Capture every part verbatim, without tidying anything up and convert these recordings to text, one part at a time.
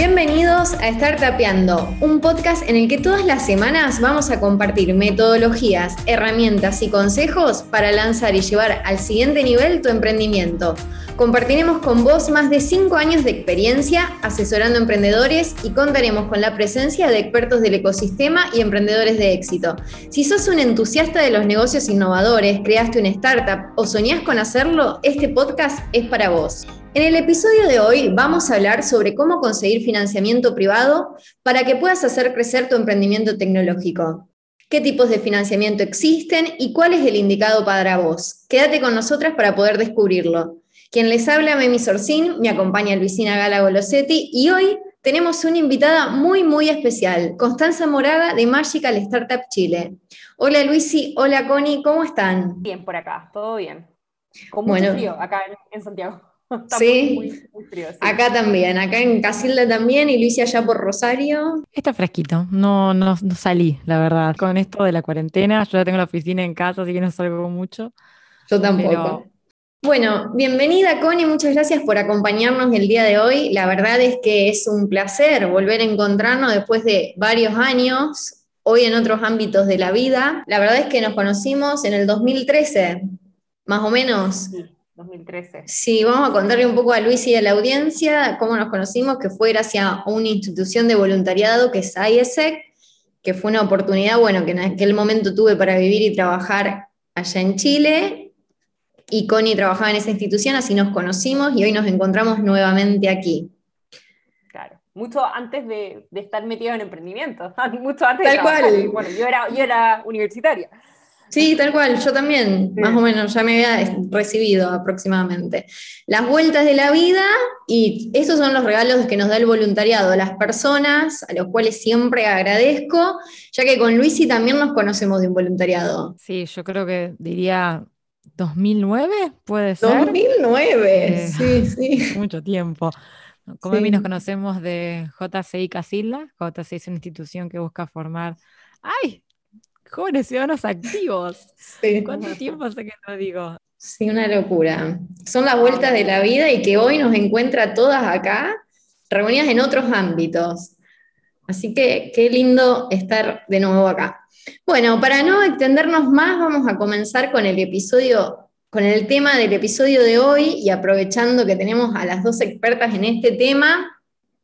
Bienvenidos a Startupeando, un podcast en el que todas las semanas vamos a compartir metodologías, herramientas y consejos para lanzar y llevar al siguiente nivel tu emprendimiento. Compartiremos con vos más de cinco años de experiencia asesorando emprendedores y contaremos con la presencia de expertos del ecosistema y emprendedores de éxito. Si sos un entusiasta de los negocios innovadores, creaste una startup o soñás con hacerlo, este podcast es para vos. En el episodio de hoy vamos a hablar sobre cómo conseguir financiamiento privado para que puedas hacer crecer tu emprendimiento tecnológico. ¿Qué tipos de financiamiento existen y cuál es el indicado para vos? Quédate con nosotras para poder descubrirlo. Quien les habla, Memi Sorcín, me acompaña Luisina Gala Golosetti y hoy tenemos una invitada muy muy especial, Constanza Moraga de Magical Startup Chile. Hola Luisi, hola Connie, ¿cómo están? Bien por acá, todo bien. Con mucho Bueno, frío acá en, en Santiago. Está sí, muy, muy, muy frío. Sí. Acá también, acá en Casilda también y Luisi allá por Rosario. Está fresquito, no, no, no salí, la verdad. Con esto de la cuarentena, yo ya tengo la oficina en casa, así que no salgo mucho. Yo tampoco. Pero... Bueno, bienvenida Connie, muchas gracias por acompañarnos el día de hoy. La verdad es que es un placer volver a encontrarnos después de varios años, hoy en otros ámbitos de la vida. La verdad es que nos conocimos en el dos mil trece, más o menos. Sí, dos mil trece. Sí, vamos a contarle un poco a Luis y a la audiencia cómo nos conocimos, que fue gracias a una institución de voluntariado que es I E S E C, que fue una oportunidad, bueno, que en aquel momento tuve para vivir y trabajar allá en Chile. Y Connie trabajaba en esa institución, así nos conocimos y hoy nos encontramos nuevamente aquí. Claro, mucho antes de, de estar metido en emprendimiento, mucho antes Tal de trabajar. cual. Bueno, yo era, yo era universitaria. Sí, tal cual, yo también, sí. Más o menos, ya me había recibido aproximadamente. Las vueltas de la vida, y esos son los regalos que nos da el voluntariado a las personas, a los cuales siempre agradezco, ya que con Luisi también nos conocemos de un voluntariado. Sí, yo creo que diría dos mil nueve, ¿puede ser? dos mil nueve, eh, sí, sí. Mucho tiempo. Como sí. Nos conocemos de J C I Casilda. J C I es una institución que busca formar... ¡Ay! Jóvenes ciudadanos activos. Sí. ¿Cuánto tiempo hace que no digo? Sí, una locura. Son las vueltas de la vida y que hoy nos encuentra todas acá, reunidas en otros ámbitos. Así que qué lindo estar de nuevo acá. Bueno, para no extendernos más, vamos a comenzar con el episodio, con el tema del episodio de hoy, y aprovechando que tenemos a las dos expertas en este tema,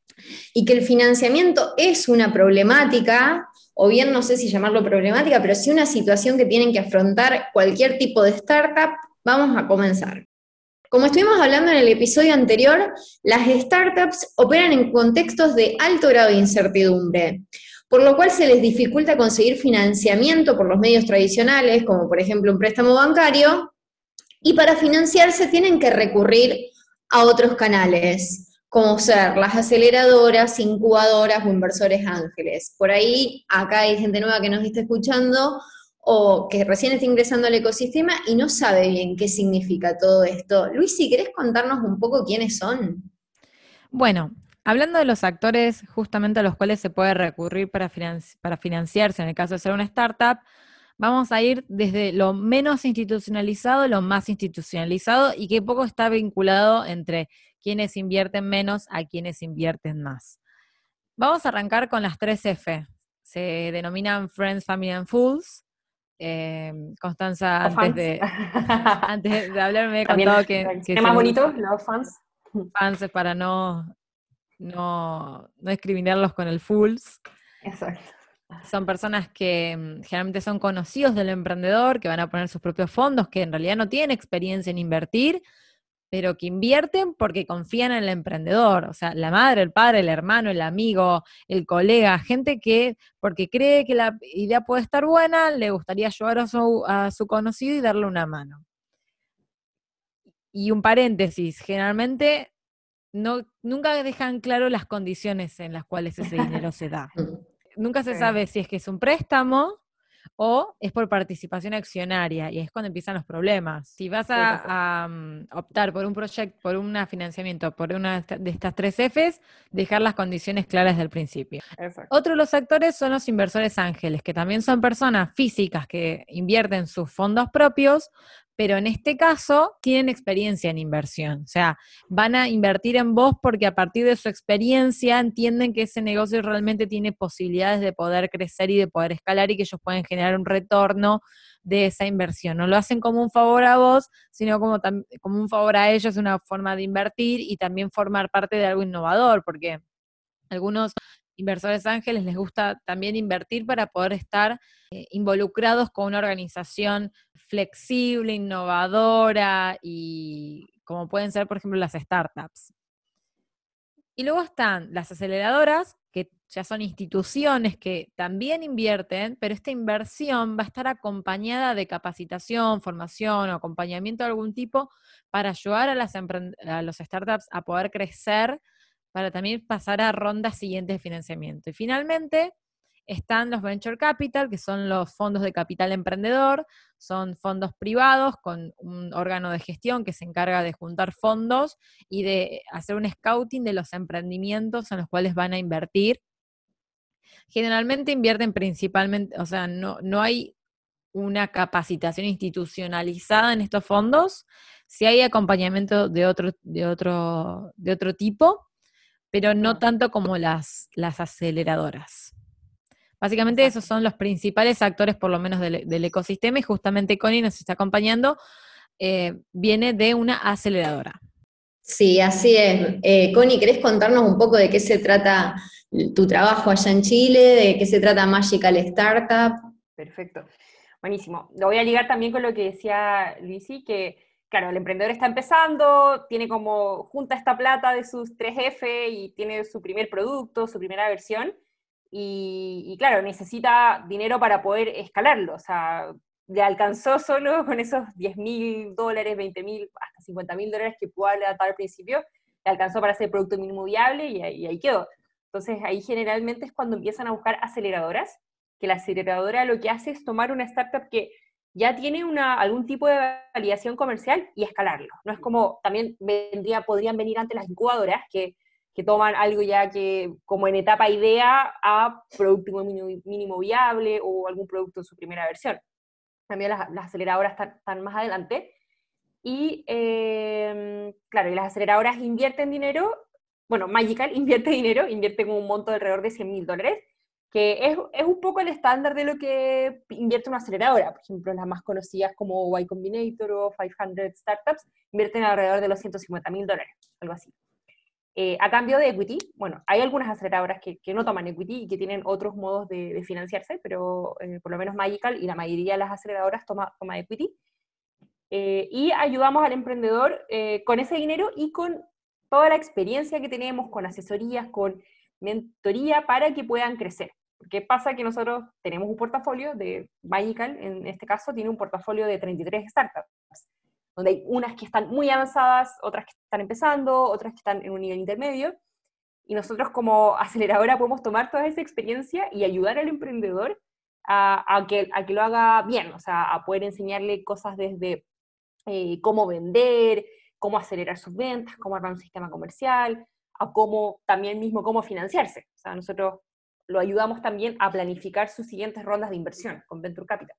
y que el financiamiento es una problemática, o bien no sé si llamarlo problemática, pero sí una situación que tienen que afrontar cualquier tipo de startup. Vamos a comenzar. Como estuvimos hablando en el episodio anterior, las startups operan en contextos de alto grado de incertidumbre, por lo cual se les dificulta conseguir financiamiento por los medios tradicionales, como por ejemplo un préstamo bancario, y para financiarse tienen que recurrir a otros canales, como ser las aceleradoras, incubadoras o inversores ángeles. Por ahí, acá hay gente nueva que nos está escuchando o que recién está ingresando al ecosistema y no sabe bien qué significa todo esto. Luis, si querés contarnos un poco quiénes son. Bueno, hablando de los actores justamente a los cuales se puede recurrir para, financi- para financiarse en el caso de ser una startup, vamos a ir desde lo menos institucionalizado a lo más institucionalizado y que poco está vinculado entre quienes invierten menos a quienes invierten más. Vamos a arrancar con las tres F. Se denominan Friends, Family and Fools. Eh, Constanza, antes fans. de, antes de hablar me he También, contado que... que es más bonito, los fans. Fans es para no, no, no discriminarlos con el fools. Exacto. Son personas que um, generalmente son conocidos del emprendedor, que van a poner sus propios fondos, que en realidad no tienen experiencia en invertir, pero que invierten porque confían en el emprendedor. O sea, la madre, el padre, el hermano, el amigo, el colega, gente que, porque cree que la idea puede estar buena, le gustaría ayudar a su, a su conocido y darle una mano. Y un paréntesis, generalmente no, nunca dejan claro las condiciones en las cuales ese dinero se da. Nunca se sabe si es que es un préstamo o es por participación accionaria, y es cuando empiezan los problemas. Si vas a, a um, optar por un proyecto, por un financiamiento, por una de estas tres Fs, dejar las condiciones claras desde el principio. Exacto. Otro de los actores son los inversores ángeles, que también son personas físicas que invierten sus fondos propios, pero en este caso tienen experiencia en inversión, o sea, van a invertir en vos porque a partir de su experiencia entienden que ese negocio realmente tiene posibilidades de poder crecer y de poder escalar y que ellos pueden generar un retorno de esa inversión. No lo hacen como un favor a vos, sino como, como un favor a ellos, una forma de invertir y también formar parte de algo innovador, porque algunos inversores ángeles les gusta también invertir para poder estar eh, involucrados con una organización flexible, innovadora y como pueden ser, por ejemplo, las startups. Y luego están las aceleradoras, que ya son instituciones que también invierten, pero esta inversión va a estar acompañada de capacitación, formación o acompañamiento de algún tipo para ayudar a, las a los startups a poder crecer, para también pasar a rondas siguientes de financiamiento. Y finalmente están los venture capital, que son los fondos de capital emprendedor, son fondos privados con un órgano de gestión que se encarga de juntar fondos y de hacer un scouting de los emprendimientos en los cuales van a invertir. Generalmente invierten principalmente, o sea, no, no hay una capacitación institucionalizada en estos fondos, sí hay acompañamiento de otro, de otro, de otro tipo, pero no tanto como las, las aceleradoras. Básicamente Exacto. Esos son los principales actores, por lo menos del, del ecosistema, y justamente Connie nos está acompañando, eh, viene de una aceleradora. Sí, así es. Eh, Connie, ¿querés contarnos un poco de qué se trata tu trabajo allá en Chile, de qué se trata Magical Startup? Perfecto, buenísimo. Lo voy a ligar también con lo que decía Luisi, que claro, el emprendedor está empezando, tiene como, junta esta plata de sus tres F y tiene su primer producto, su primera versión, y, y claro, necesita dinero para poder escalarlo, o sea, le alcanzó solo con esos diez mil dólares, veinte mil, hasta cincuenta mil dólares que pudo levantar al principio, le alcanzó para hacer el producto mínimo viable y, y ahí quedó. Entonces ahí generalmente es cuando empiezan a buscar aceleradoras, que la aceleradora lo que hace es tomar una startup que ya tiene una, algún tipo de validación comercial y escalarlo. No es como, también vendría, podrían venir ante las incubadoras, que, que toman algo ya que, como en etapa idea, a producto mínimo, mínimo viable o algún producto en su primera versión. También las, las aceleradoras están, están más adelante. Y, eh, claro, y las aceleradoras invierten dinero, bueno, Magical invierte dinero, invierte con un monto de alrededor de cien mil dólares, que es, es un poco el estándar de lo que invierte una aceleradora. Por ejemplo, las más conocidas como Y Combinator o quinientas Startups invierten alrededor de los ciento cincuenta mil dólares, algo así. Eh, a cambio de equity, bueno, hay algunas aceleradoras que, que no toman equity y que tienen otros modos de, de financiarse, pero eh, por lo menos Magical y la mayoría de las aceleradoras toma, toma equity. Eh, y ayudamos al emprendedor eh, con ese dinero y con toda la experiencia que tenemos, con asesorías, con mentoría para que puedan crecer. Porque pasa que nosotros tenemos un portafolio de Magical, en este caso tiene un portafolio de treinta y tres startups, donde hay unas que están muy avanzadas, otras que están empezando, otras que están en un nivel intermedio, y nosotros como aceleradora podemos tomar toda esa experiencia y ayudar al emprendedor a, a, que, a que lo haga bien, o sea, a poder enseñarle cosas desde eh, cómo vender, cómo acelerar sus ventas, cómo armar un sistema comercial, a cómo también mismo cómo financiarse. O sea, nosotros lo ayudamos también a planificar sus siguientes rondas de inversión con Venture Capital.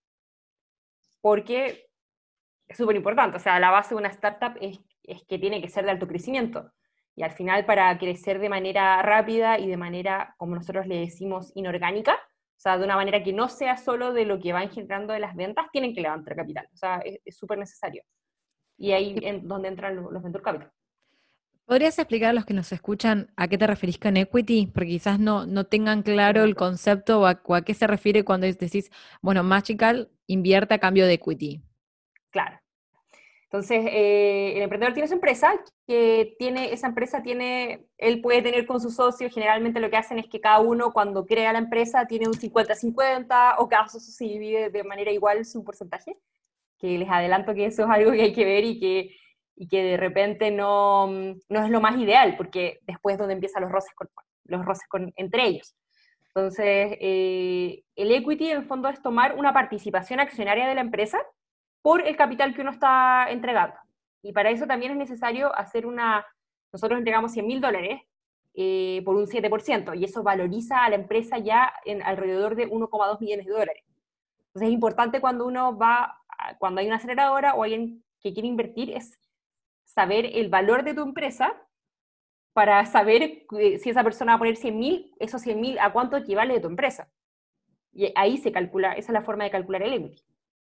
Porque es súper importante, o sea, la base de una startup es, es que tiene que ser de alto crecimiento. Y al final, para crecer de manera rápida y de manera, como nosotros le decimos, inorgánica, o sea, de una manera que no sea solo de lo que van generando de las ventas, tienen que levantar capital. O sea, es súper necesario. Y ahí es donde entran los, los Venture Capital. ¿Podrías explicar a los que nos escuchan a qué te referís con equity? Porque quizás no, no tengan claro el concepto o a, o a qué se refiere cuando decís, bueno, Magical invierte a cambio de equity. Claro. Entonces, eh, el emprendedor tiene su empresa, que tiene, esa empresa tiene, él puede tener con sus socios, generalmente lo que hacen es que cada uno cuando crea la empresa tiene un cincuenta cincuenta, o cada socio se divide de manera igual su porcentaje, que les adelanto que eso es algo que hay que ver y que, y que de repente no, no es lo más ideal, porque después es donde empiezan los roces, con, los roces con, entre ellos. Entonces, eh, el equity en el fondo es tomar una participación accionaria de la empresa por el capital que uno está entregando. Y para eso también es necesario hacer una... Nosotros entregamos cien mil dólares eh, por un siete por ciento, y eso valoriza a la empresa ya en alrededor de uno coma dos millones de dólares. Entonces es importante cuando uno va cuando hay una aceleradora o alguien que quiere invertir es saber el valor de tu empresa para saber si esa persona va a poner cien mil, esos cien mil a cuánto equivale de tu empresa. Y ahí se calcula, esa es la forma de calcular el equity.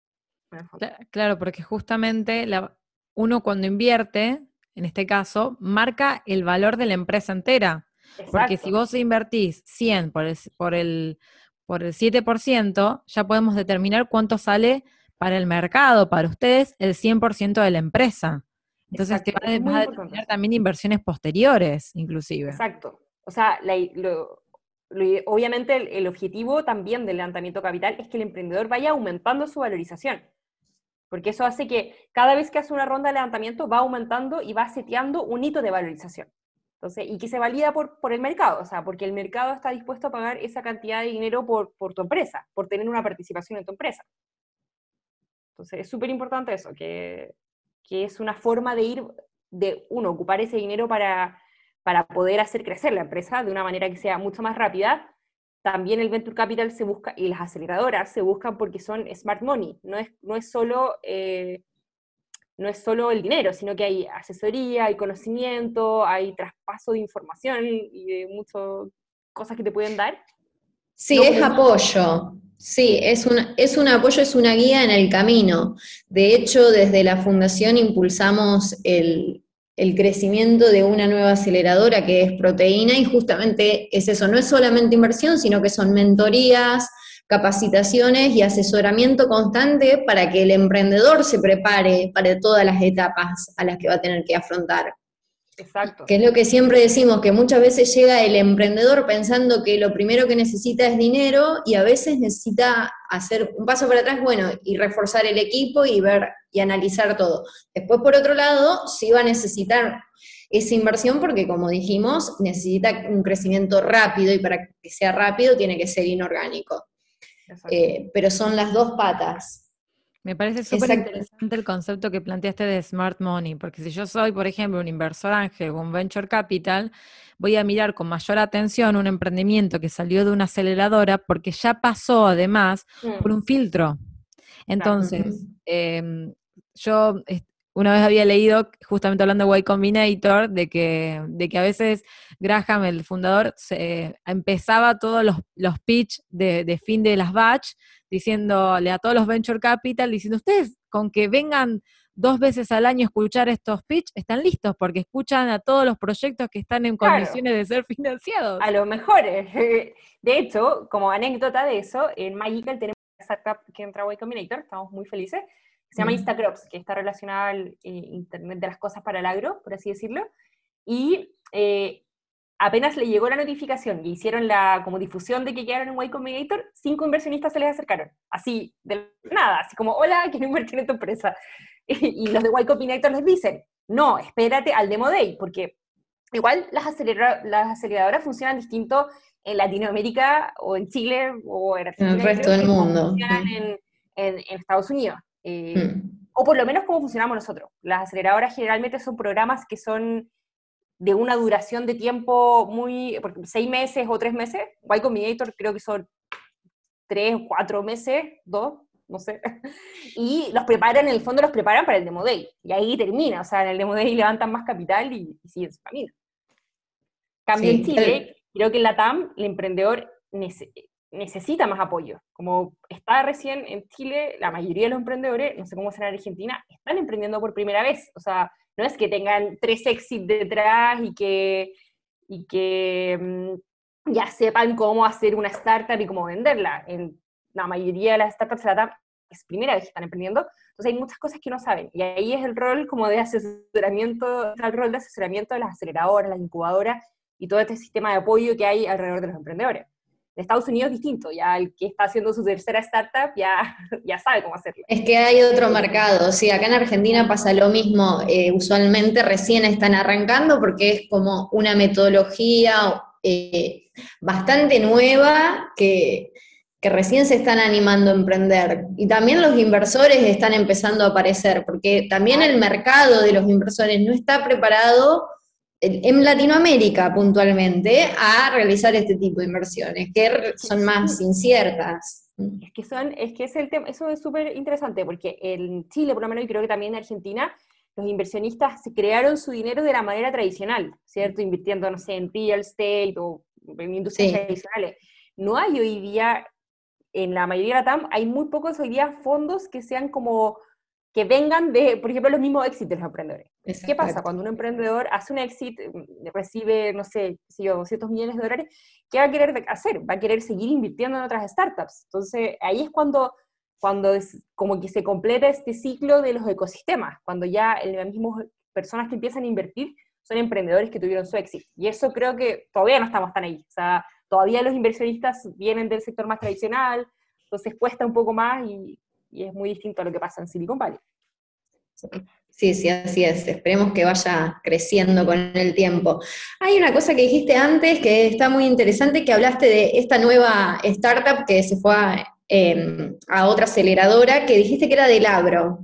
Claro, porque justamente la, uno cuando invierte, en este caso, marca el valor de la empresa entera. Exacto. Porque si vos invertís cien por el, por el, por el siete por ciento, ya podemos determinar cuánto sale para el mercado, para ustedes, el cien por ciento de la empresa. Entonces Exacto. te vas, vas a determinar también inversiones posteriores, inclusive. Exacto. O sea, la, lo, lo, obviamente el, el objetivo también del levantamiento capital es que el emprendedor vaya aumentando su valorización. Porque eso hace que cada vez que hace una ronda de levantamiento va aumentando y va seteando un hito de valorización. Entonces, y que se valida por, por el mercado, o sea, porque el mercado está dispuesto a pagar esa cantidad de dinero por, por tu empresa, por tener una participación en tu empresa. Entonces, es súper importante eso, que, que es una forma de ir, de uno, ocupar ese dinero para, para poder hacer crecer la empresa de una manera que sea mucho más rápida. También el Venture Capital se busca, y las aceleradoras se buscan porque son smart money, no es, no es, solo, eh, no es solo el dinero, sino que hay asesoría, hay conocimiento, hay traspaso de información y de muchas cosas que te pueden dar. Sí, no, es apoyo, sí, es un, es un apoyo, es una guía en el camino. De hecho, desde la Fundación impulsamos el... el crecimiento de una nueva aceleradora que es Proteína, y justamente es eso, no es solamente inversión, sino que son mentorías, capacitaciones y asesoramiento constante para que el emprendedor se prepare para todas las etapas a las que va a tener que afrontar. Exacto. Que es lo que siempre decimos, que muchas veces llega el emprendedor pensando que lo primero que necesita es dinero, y a veces necesita hacer un paso para atrás, bueno, y reforzar el equipo y ver y analizar todo. Después, por otro lado, sí va a necesitar esa inversión porque, como dijimos, necesita un crecimiento rápido, y para que sea rápido tiene que ser inorgánico. Eh, pero son las dos patas. Me parece súper interesante el concepto que planteaste de Smart Money, porque si yo soy, por ejemplo, un inversor ángel o un Venture Capital, voy a mirar con mayor atención un emprendimiento que salió de una aceleradora porque ya pasó, además, mm. por un filtro. Entonces, claro. eh, yo una vez había leído, justamente hablando de Y Combinator, de que, de que a veces Graham, el fundador, se, empezaba todos los, los pitch de, de fin de las batch, diciéndole a todos los Venture Capital, diciendo, ustedes con que vengan dos veces al año a escuchar estos pitch, están listos, porque escuchan a todos los proyectos que están en claro. condiciones de ser financiados. A lo mejor. De hecho, como anécdota de eso, en Magical tenemos una startup que entra a Y Combinator, estamos muy felices, se llama Instacrops, que está relacionada al eh, Internet de las cosas para el agro, por así decirlo, y eh, apenas le llegó la notificación y hicieron la como difusión de que quedaron en Y Combinator, cinco inversionistas se les acercaron, así, de nada, así como, hola, quiero invertir en tu empresa. Y, y los de Y Combinator les dicen, no, espérate al Demo Day, porque igual las, acelera, las aceleradoras funcionan distinto en Latinoamérica, o en Chile, o en Argentina. En el resto del mundo. Funcionan en, en, en Estados Unidos. Eh, mm. O por lo menos como funcionamos nosotros. Las aceleradoras generalmente son programas que son de una duración de tiempo muy, porque seis meses o tres meses. Y Combinator creo que son tres, cuatro meses, dos, no sé. Y los preparan, en el fondo los preparan para el Demo Day. Y ahí termina, o sea, en el Demo Day levantan más capital y, y siguen su camino. Cambio sí, en Chile, el... creo que en la T A M el emprendedor necesita necesita más apoyo. Como está recién en Chile, la mayoría de los emprendedores, no sé cómo será en Argentina, están emprendiendo por primera vez. O sea, no es que tengan tres exits detrás y que, y que um, ya sepan cómo hacer una startup y cómo venderla. En la mayoría de las startups de la T A M es primera vez que están emprendiendo, entonces hay muchas cosas que no saben. Y ahí es el rol como de asesoramiento, el rol de asesoramiento de las aceleradoras, las incubadoras y todo este sistema de apoyo que hay alrededor de los emprendedores. En Estados Unidos es distinto, ya el que está haciendo su tercera startup ya, ya sabe cómo hacerlo. Es que hay otro mercado, sí, acá en Argentina pasa lo mismo, eh, usualmente recién están arrancando porque es como una metodología eh, bastante nueva que, que recién se están animando a emprender. Y también los inversores están empezando a aparecer, porque también el mercado de los inversores no está preparado en Latinoamérica puntualmente, a realizar este tipo de inversiones, que son más inciertas. Es que, son, es que es el tema, eso es súper interesante, porque en Chile, por lo menos, y creo que también en Argentina, los inversionistas se crearon su dinero de la manera tradicional, ¿cierto? Invirtiendo, no sé, en real estate o en industrias Sí. tradicionales. No hay hoy día, en la mayoría de la T A M, hay muy pocos hoy día fondos que sean como, que vengan de, por ejemplo, los mismos éxitos de los emprendedores. Exacto. ¿Qué pasa? Cuando un emprendedor hace un exit, recibe, no sé, si yo, doscientos millones de dólares, ¿qué va a querer hacer? Va a querer seguir invirtiendo en otras startups. Entonces, ahí es cuando, cuando es como que se completa este ciclo de los ecosistemas, cuando ya las mismas personas que empiezan a invertir son emprendedores que tuvieron su éxito. Y eso creo que todavía no estamos tan ahí. O sea, todavía los inversionistas vienen del sector más tradicional, entonces cuesta un poco más y, y es muy distinto a lo que pasa en Silicon Valley. Sí, sí, así es. Esperemos que vaya creciendo con el tiempo. Hay una cosa que dijiste antes que está muy interesante, que hablaste de esta nueva startup que se fue a, eh, a otra aceleradora, que dijiste que era del agro.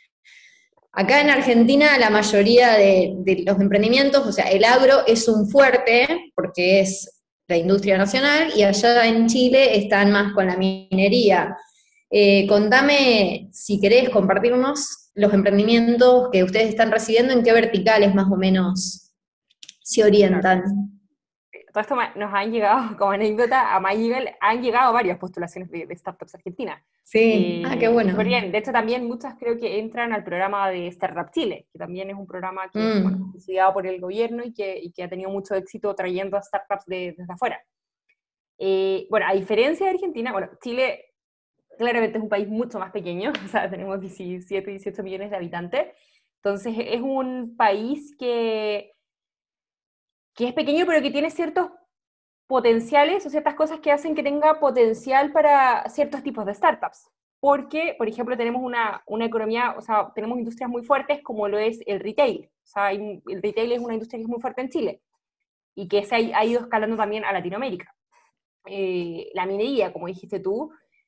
Acá en Argentina la mayoría de, de los emprendimientos, o sea, el agro es un fuerte, porque es la industria nacional, y allá en Chile están más con la minería. Eh, contame, si querés compartirnos los emprendimientos que ustedes están recibiendo, en qué verticales más o menos se orientan. Claro. Todo esto nos han llegado, como anécdota, a MyEagle han llegado varias postulaciones de, de startups argentinas. Sí, Eh, ah, qué bueno. Súper bien. De hecho, también muchas creo que entran al programa de Startup Chile, que también es un programa que Mm. es bueno, subsidiado por el gobierno y que, y que ha tenido mucho éxito trayendo a startups de, desde afuera. Eh, bueno, a diferencia de Argentina, bueno, Chile claramente es un país mucho más pequeño, o sea, tenemos diecisiete, dieciocho millones de habitantes, entonces es un país que, que es pequeño, pero que tiene ciertos potenciales o ciertas cosas que hacen que tenga potencial para ciertos tipos de startups. Porque, por ejemplo, tenemos una, una economía, o sea, tenemos industrias muy fuertes como lo es el retail. O sea, hay, el retail es una industria que es muy fuerte en Chile y que se ha, ha ido escalando también a Latinoamérica. Eh, la minería, como dijiste tú,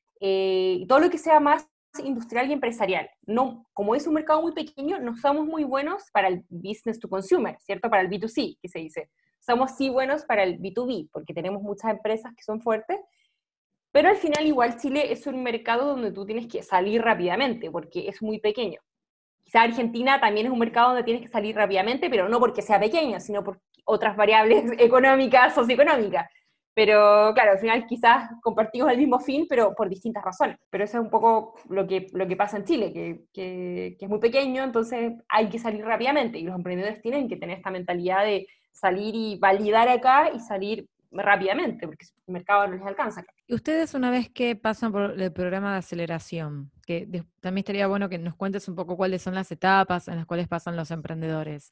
eh, todo lo que sea más industrial y empresarial. No, como es un mercado muy pequeño, no somos muy buenos para el business to consumer, ¿cierto? Para el B dos C, que se dice. Somos sí buenos para el B dos B, porque tenemos muchas empresas que son fuertes, pero al final igual Chile es un mercado donde tú tienes que salir rápidamente, porque es muy pequeño. Quizá Argentina también es un mercado donde tienes que salir rápidamente, pero no porque sea pequeño, sino por otras variables económicas, socioeconómicas. Pero claro, al final quizás compartimos el mismo fin, pero por distintas razones. Pero eso es un poco lo que, lo que pasa en Chile, que, que, que es muy pequeño, entonces hay que salir rápidamente, y los emprendedores tienen que tener esta mentalidad de salir y validar acá y salir rápidamente, porque el mercado no les alcanza. Y ustedes, una vez que pasan por el programa de aceleración, que de, también estaría bueno que nos cuentes un poco cuáles son las etapas en las cuales pasan los emprendedores.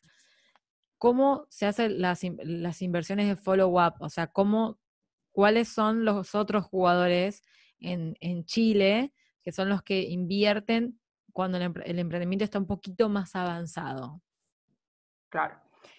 ¿Cómo se hacen las, las inversiones de follow-up? O sea, ¿cómo, ¿cuáles son los otros jugadores en, en Chile que son los que invierten cuando el, el emprendimiento está un poquito más avanzado? Claro.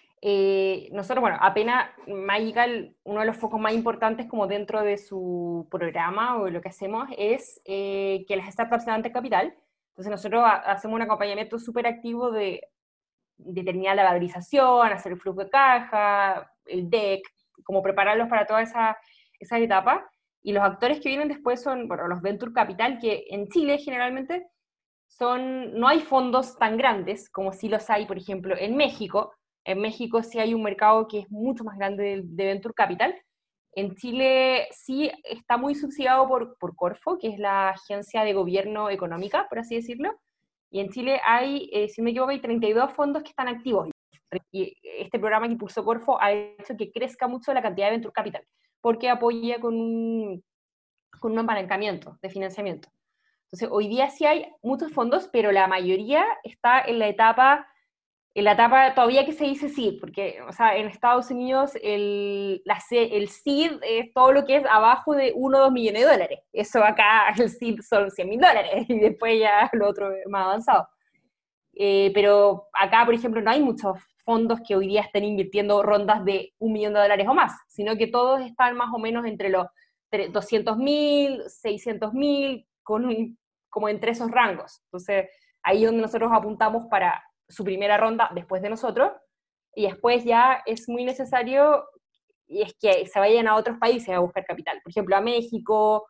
Eh, nosotros, bueno, apenas MyEagle, uno de los focos más importantes como dentro de su programa o lo que hacemos es eh, que las startups levanten capital. Entonces nosotros ha, hacemos un acompañamiento súper activo de determinar la valorización, hacer el flujo de caja, el deck, como prepararlos para toda esa, esa etapa. Y los actores que vienen después son, bueno, los Venture Capital, que en Chile generalmente son, no hay fondos tan grandes como si los hay, por ejemplo, en México. En México sí hay un mercado que es mucho más grande de, de Venture Capital. En Chile sí está muy subsidiado por, por Corfo, que es la agencia de gobierno económica, por así decirlo. Y en Chile hay, eh, si no me equivoco, hay treinta y dos fondos que están activos. Y este programa que impulsó Corfo ha hecho que crezca mucho la cantidad de Venture Capital, porque apoya con un, con un apalancamiento de financiamiento. Entonces, hoy día sí hay muchos fondos, pero la mayoría está en la etapa, en la etapa todavía que se dice seed, porque, o sea, en Estados Unidos el, la, el seed es todo lo que es abajo de uno o dos millones de dólares. Eso acá, el seed son cien mil dólares, y después ya lo otro es más avanzado. Eh, pero acá, por ejemplo, no hay muchos fondos que hoy día estén invirtiendo rondas de un millón de dólares o más, sino que todos están más o menos entre los doscientos mil, seiscientos mil, con un, como entre esos rangos. Entonces, ahí es donde nosotros apuntamos para su primera ronda después de nosotros, y después ya es muy necesario y es que se vayan a otros países a buscar capital, por ejemplo, a México,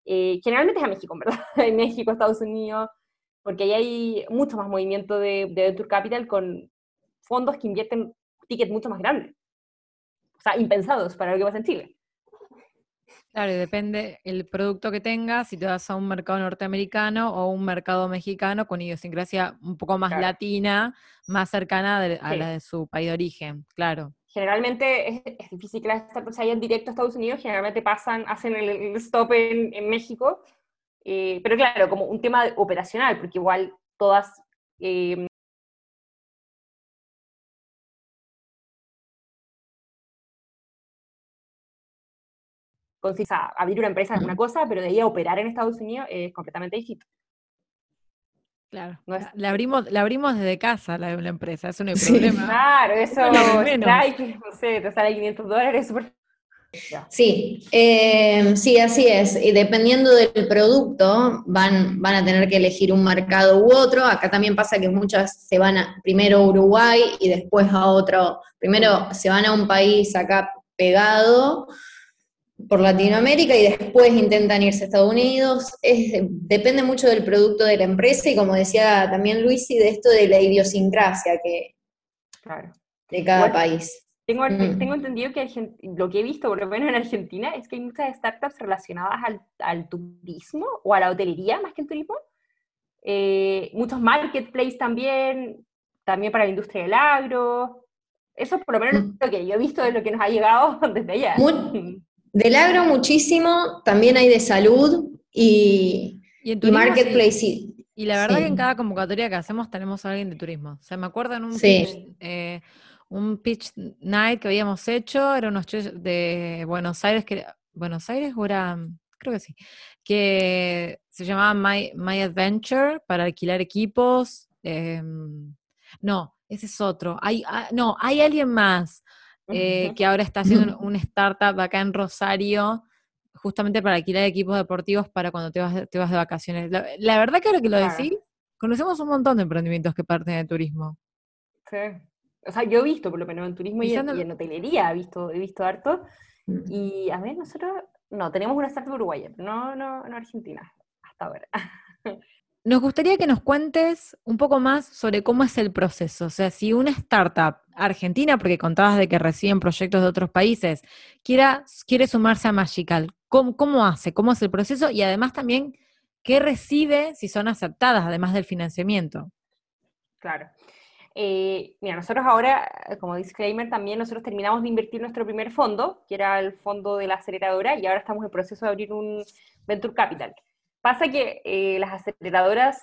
Eh, generalmente es a México, en verdad, en México, Estados Unidos, porque ahí hay mucho más movimiento de, de Venture Capital con fondos que invierten tickets mucho más grandes, o sea, impensados para lo que pasa en Chile. Claro, y depende el producto que tengas, si te vas a un mercado norteamericano o un mercado mexicano con idiosincrasia un poco más Claro. latina, más cercana de- a Sí. la de su país de origen, claro. Generalmente es, es difícil que las startups vayan directo a Estados Unidos, generalmente pasan, hacen el, el stop en, en México, eh, pero claro, como un tema operacional, porque igual todas... Eh, con- o sea, abrir una empresa es una Mm. cosa, pero de ahí a operar en Estados Unidos es completamente distinto. Claro. No es, La, la abrimos, la abrimos desde casa, la, la empresa, eso no hay Sí. problema. claro, Eso es lo de eso, menos. Strike, no sé, te sale quinientos dólares, súper... Ya. Sí, eh, sí, así es. Y dependiendo del producto, van, van a tener que elegir un mercado u otro. Acá también pasa que muchas se van a, primero a Uruguay y después a otro. Primero se van a un país acá pegado por Latinoamérica y después intentan irse a Estados Unidos. Es, depende mucho del producto de la empresa y como decía también Luis, y de esto de la idiosincrasia que, Claro. de cada Igual, país. tengo, tengo Mm. entendido que Argen- lo que he visto, por lo menos en Argentina, es que hay muchas startups relacionadas al, al turismo o a la hotelería más que el turismo. Eh, muchos marketplaces también, también para la industria del agro. Eso por lo menos Mm. lo que yo he visto es lo que nos ha llegado desde allá. Mu- Del agro muchísimo, también hay de salud y, Y en y turismo sí. marketplace, sí. Y la verdad que en Sí, cada convocatoria que hacemos tenemos a alguien de turismo. O sea, me acuerdo en un pitch, sí. eh, un pitch night que habíamos hecho, eran unos chicos de Buenos Aires, que Buenos Aires o era, creo que sí, que se llamaba My, My Adventure para alquilar equipos. eh, no, ese es otro. Hay, ah, no, hay alguien más eh, que ahora está haciendo un, un startup acá en Rosario justamente para alquilar equipos deportivos para cuando te vas, te vas de vacaciones. La, la verdad que ahora que lo Claro, decís, conocemos un montón de emprendimientos que parten de turismo. sí. O sea, yo he visto, por lo menos en turismo y Quizás en, y no, en hotelería, he visto, he visto harto. Y a ver, nosotros, no, tenemos una startup uruguaya, pero no, no, no Argentina, hasta ahora. nos gustaría que nos cuentes un poco más sobre cómo es el proceso. O sea, si una startup argentina, porque contabas de que reciben proyectos de otros países, quiera, quiere sumarse a Magical, ¿cómo, cómo hace? ¿Cómo es el proceso? Y además también, ¿qué recibe si son aceptadas, además del financiamiento? Claro. Eh, mira, nosotros ahora, como disclaimer, también nosotros terminamos de invertir nuestro primer fondo, que era el fondo de la aceleradora, y ahora estamos en proceso de abrir un Venture Capital. Pasa que eh, las aceleradoras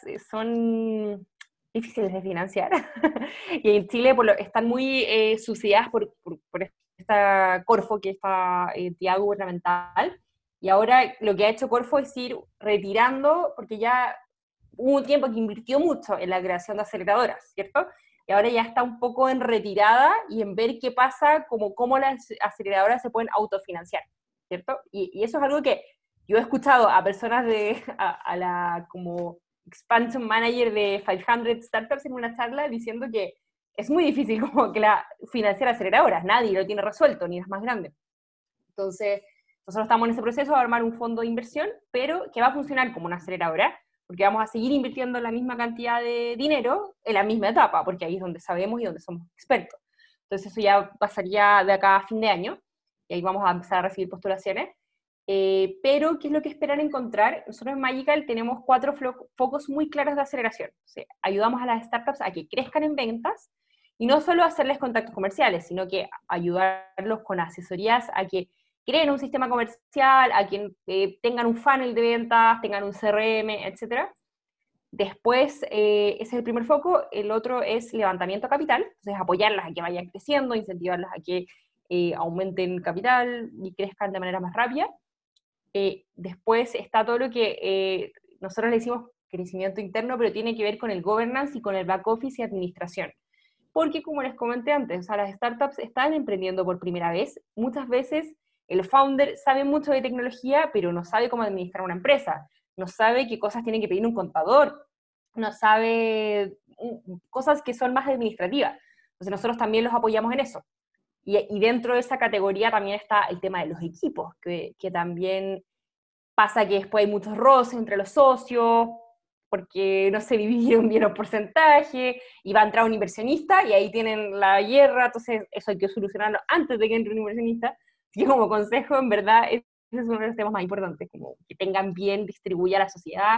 son difíciles de financiar, y en Chile por lo, están muy eh, subsidiadas por, por, por esta Corfo, que es esta entidad gubernamental, y ahora lo que ha hecho Corfo es ir retirando, porque ya hubo un tiempo que invirtió mucho en la creación de aceleradoras, ¿cierto? Y ahora ya está un poco en retirada y en ver qué pasa, como cómo las aceleradoras se pueden autofinanciar, ¿cierto? Y, y eso es algo que yo he escuchado a personas de, a, a la como expansion manager de quinientas startups en una charla diciendo que es muy difícil como que la financiar aceleradoras, nadie lo tiene resuelto, ni las más grandes. Entonces, nosotros estamos en ese proceso de armar un fondo de inversión, pero que va a funcionar como una aceleradora, porque vamos a seguir invirtiendo la misma cantidad de dinero en la misma etapa, porque ahí es donde sabemos y donde somos expertos. Entonces eso ya pasaría de acá a fin de año, y ahí vamos a empezar a recibir postulaciones. Eh, pero, ¿qué es lo que esperan encontrar? Nosotros en Magical tenemos cuatro focos muy claros de aceleración. O sea, ayudamos a las startups a que crezcan en ventas, y no solo hacerles contactos comerciales, sino que ayudarlos con asesorías a que creen un sistema comercial, a quien eh, tengan un funnel de ventas, tengan un C R M, etcétera. Después, eh, ese es el primer foco. El otro es levantamiento de capital, entonces apoyarlas a que vayan creciendo, incentivarlas a que eh, aumenten capital y crezcan de manera más rápida. Eh, después está todo lo que eh, nosotros le decimos crecimiento interno, pero tiene que ver con el governance y con el back office y administración. Porque como les comenté antes, o sea, las startups están emprendiendo por primera vez. Muchas veces el founder sabe mucho de tecnología, pero no sabe cómo administrar una empresa, no sabe qué cosas tienen que pedir un contador, no sabe cosas que son más administrativas. Entonces nosotros también los apoyamos en eso. Y, y dentro de esa categoría también está el tema de los equipos, que, que también pasa que después hay muchos roces entre los socios, porque no se dividieron bien los porcentajes, y va a entrar un inversionista, y ahí tienen la guerra, entonces eso hay que solucionarlo antes de que entre un inversionista. Así que como consejo, en verdad, ese es uno de los temas más importantes, como que tengan bien distribuida la sociedad,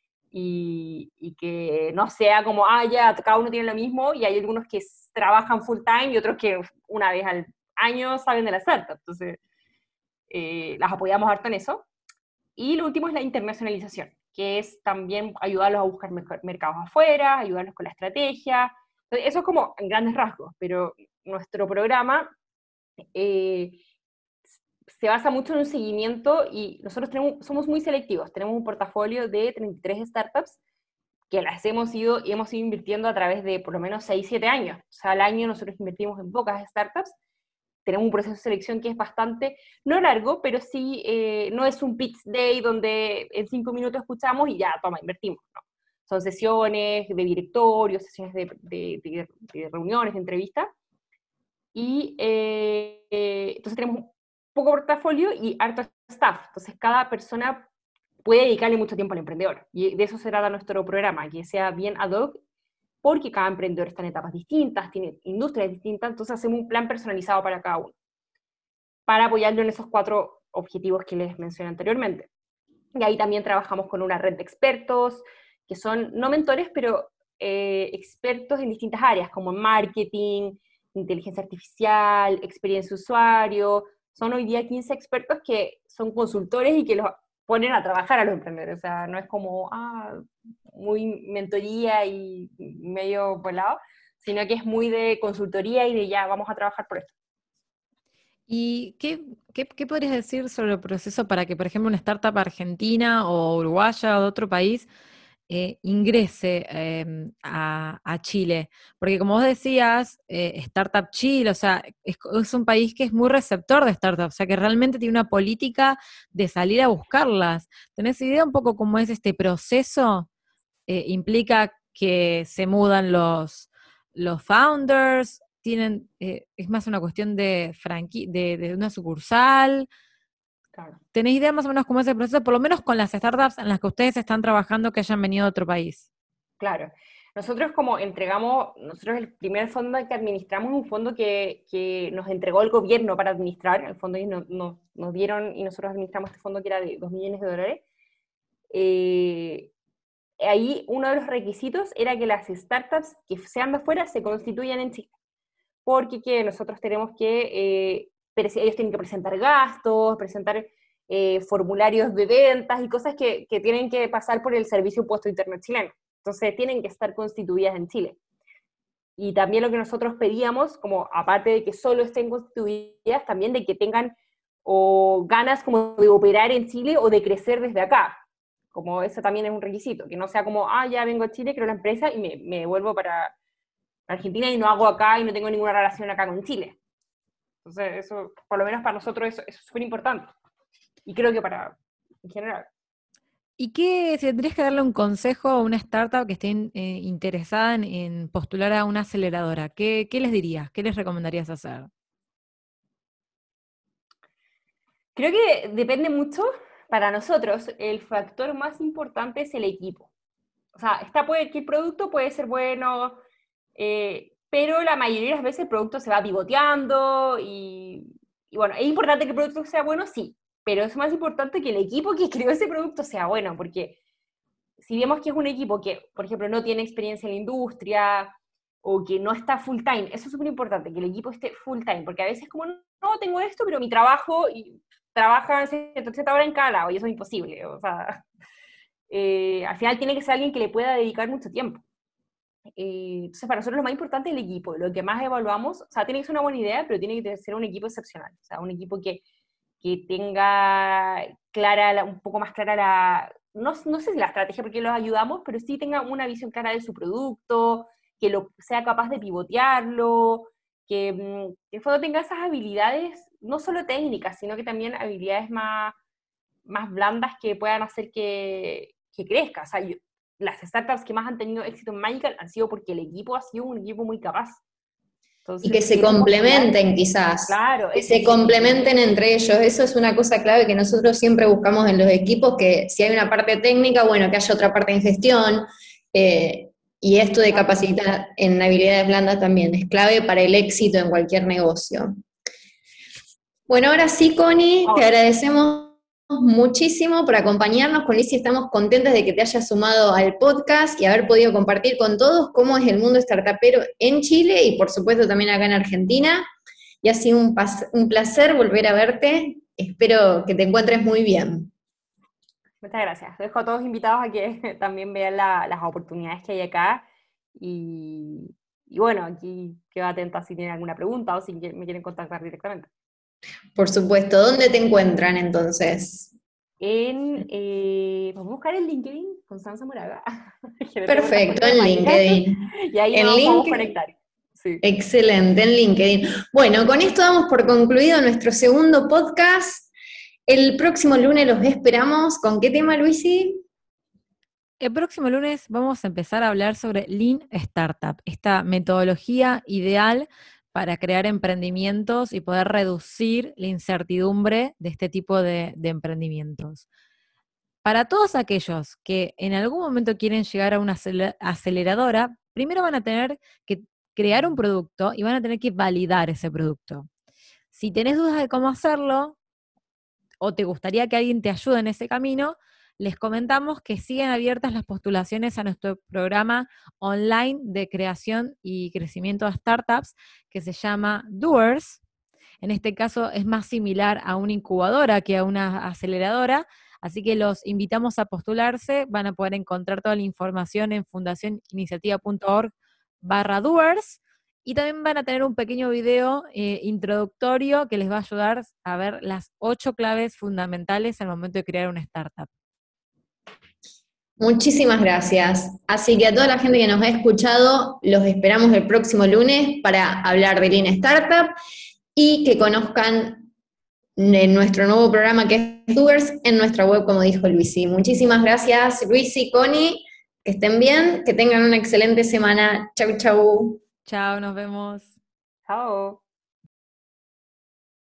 y, y que no sea como, ah, ya, cada uno tiene lo mismo, y hay algunos que trabajan full time, y otros que una vez al año salen de la startup, entonces eh, las apoyamos harto en eso. Y lo último es la internacionalización, que es también ayudarlos a buscar mercados afuera, ayudarlos con la estrategia. Entonces, eso es como en grandes rasgos, pero nuestro programa eh, se basa mucho en un seguimiento y nosotros tenemos, somos muy selectivos. Tenemos un portafolio de treinta y tres startups que las hemos ido, hemos ido invirtiendo a través de por lo menos seis, siete años. O sea, al año nosotros invertimos en pocas startups. Tenemos un proceso de selección que es bastante, no largo, pero sí, eh, no es un pitch day donde en cinco minutos escuchamos y ya, toma, invertimos, ¿no? Son sesiones de directorio, sesiones de, de, de, de reuniones, de entrevistas, y eh, eh, entonces tenemos un poco portafolio y harto staff, entonces cada persona puede dedicarle mucho tiempo al emprendedor, y de eso se trata nuestro programa, que sea bien ad hoc, porque cada emprendedor está en etapas distintas, tiene industrias distintas, entonces hacemos un plan personalizado para cada uno, para apoyarlo en esos cuatro objetivos que les mencioné anteriormente. Y ahí también trabajamos con una red de expertos, que son no mentores, pero eh, expertos en distintas áreas, como en marketing, inteligencia artificial, experiencia de usuario. Son hoy día quince expertos que son consultores y que los ponen a trabajar a los emprendedores. O sea, no es como, ah, muy mentoría y medio volado, sino que es muy de consultoría y de ya, vamos a trabajar por esto. ¿Y qué, qué, qué podrías decir sobre el proceso para que, por ejemplo, una startup argentina o uruguaya o de otro país eh, ingrese eh, a, a Chile? Porque como vos decías, eh, Startup Chile, o sea, es, es un país que es muy receptor de startups, o sea, que realmente tiene una política de salir a buscarlas. ¿Tenés idea un poco cómo es este proceso? Eh, ¿implica que se mudan los, los founders? Tienen, eh, es más una cuestión de, franqui de, de una sucursal. Claro. ¿Tenéis idea más o menos cómo es el proceso, por lo menos con las startups en las que ustedes están trabajando que hayan venido de otro país? Claro. Nosotros como entregamos, nosotros el primer fondo que administramos es un fondo que, que nos entregó el gobierno para administrar, el fondo y nos, nos, nos dieron y nosotros administramos este fondo que era de dos millones de dólares. Eh, ahí uno de los requisitos era que las startups que sean de afuera se constituyan en Chile, porque que nosotros tenemos que, eh, ellos tienen que presentar gastos, presentar eh, formularios de ventas y cosas que, que tienen que pasar por el Servicio Impuesto Interno chileno. Entonces tienen que estar constituidas en Chile. Y también lo que nosotros pedíamos, como aparte de que solo estén constituidas, también de que tengan o ganas como de operar en Chile o de crecer desde acá. Como eso también es un requisito, que no sea como, ah, ya vengo a Chile, creo la empresa y me, me vuelvo para Argentina y no hago acá y no tengo ninguna relación acá con Chile. Entonces eso, por lo menos para nosotros, eso, eso es súper importante. Y creo que para, en general. ¿Y qué, si tendrías que darle un consejo a una startup que esté eh, interesada en, en postular a una aceleradora, ¿qué, qué les dirías? ¿Qué les recomendarías hacer? Creo que depende mucho, para nosotros, el factor más importante es el equipo. O sea, está puede, que el producto puede ser bueno, eh, pero la mayoría de las veces el producto se va pivoteando y, y bueno, es importante que el producto sea bueno, sí, pero es más importante que el equipo que creó ese producto sea bueno, porque si vemos que es un equipo que, por ejemplo, no tiene experiencia en la industria o que no está full time, eso es súper importante, que el equipo esté full time, porque a veces como, no, tengo esto, pero mi trabajo, y trabaja ciento horas en cada lado, y eso es imposible, o sea, eh, al final tiene que ser alguien que le pueda dedicar mucho tiempo. Eh, entonces, para nosotros lo más importante es el equipo, lo que más evaluamos, o sea, tiene que ser una buena idea, pero tiene que ser un equipo excepcional, o sea, un equipo que, que tenga clara, la, un poco más clara la, no, no sé si la estrategia porque los ayudamos, pero sí tenga una visión clara de su producto, que lo, sea capaz de pivotearlo, que, que en fondo tenga esas habilidades, no solo técnicas, sino que también habilidades más, más blandas que puedan hacer que, que crezca. O sea, yo, las startups que más han tenido éxito en Magical han sido porque el equipo ha sido un equipo muy capaz. Entonces, Y que se queremos complementen crear- quizás, Claro, que es se que sí. complementen entre ellos. Eso es una cosa clave que nosotros siempre buscamos en los equipos, que si hay una parte técnica, bueno, que haya otra parte en gestión. eh, y esto de capacitar en habilidades blandas también es clave para el éxito en cualquier negocio. Bueno, ahora sí, Connie, te Ahora, agradecemos muchísimo por acompañarnos. Con Lizzy estamos contentas de que te hayas sumado al podcast y haber podido compartir con todos cómo es el mundo startupero en Chile y por supuesto también acá en Argentina. Y ha sido un, pas- un placer volver a verte. Espero que te encuentres muy bien. muchas gracias. Dejo a todos invitados a que también vean la- las oportunidades que hay acá. Y, y bueno, aquí quedo atenta si tienen alguna pregunta o si que- me quieren contactar directamente. Por supuesto, ¿dónde te encuentran entonces? En, eh, vamos a buscar en LinkedIn, Constanza Moraga, que no tengo esta Perfecto, foto de en máquina, LinkedIn. y ahí En nos podemos LinkedIn. conectar. Sí. Excelente, en LinkedIn. Bueno, con esto damos por concluido nuestro segundo podcast. El próximo lunes los esperamos. ¿Con qué tema, Luisi? El próximo lunes vamos a empezar a hablar sobre Lean Startup, esta metodología ideal para crear emprendimientos y poder reducir la incertidumbre de este tipo de, de emprendimientos. Para todos aquellos que en algún momento quieren llegar a una acele- aceleradora, primero van a tener que crear un producto y van a tener que validar ese producto. Si tenés dudas de cómo hacerlo o te gustaría que alguien te ayude en ese camino, les comentamos que siguen abiertas las postulaciones a nuestro programa online de creación y crecimiento de startups que se llama Doers. En este caso es más similar a una incubadora que a una aceleradora, así que los invitamos a postularse. Van a poder encontrar toda la información en fundacioniniciativa.org barra Doers. Y también van a tener un pequeño video eh, introductorio que les va a ayudar a ver las ocho claves fundamentales al momento de crear una startup. Muchísimas gracias. Así que a toda la gente que nos ha escuchado, los esperamos el próximo lunes para hablar de Lean Startup y que conozcan de nuestro nuevo programa que es Doers en nuestra web, como dijo Luisi. Muchísimas gracias, Luisi, Connie, que estén bien, que tengan una excelente semana. Chau, chau. Chao, nos vemos. Chao.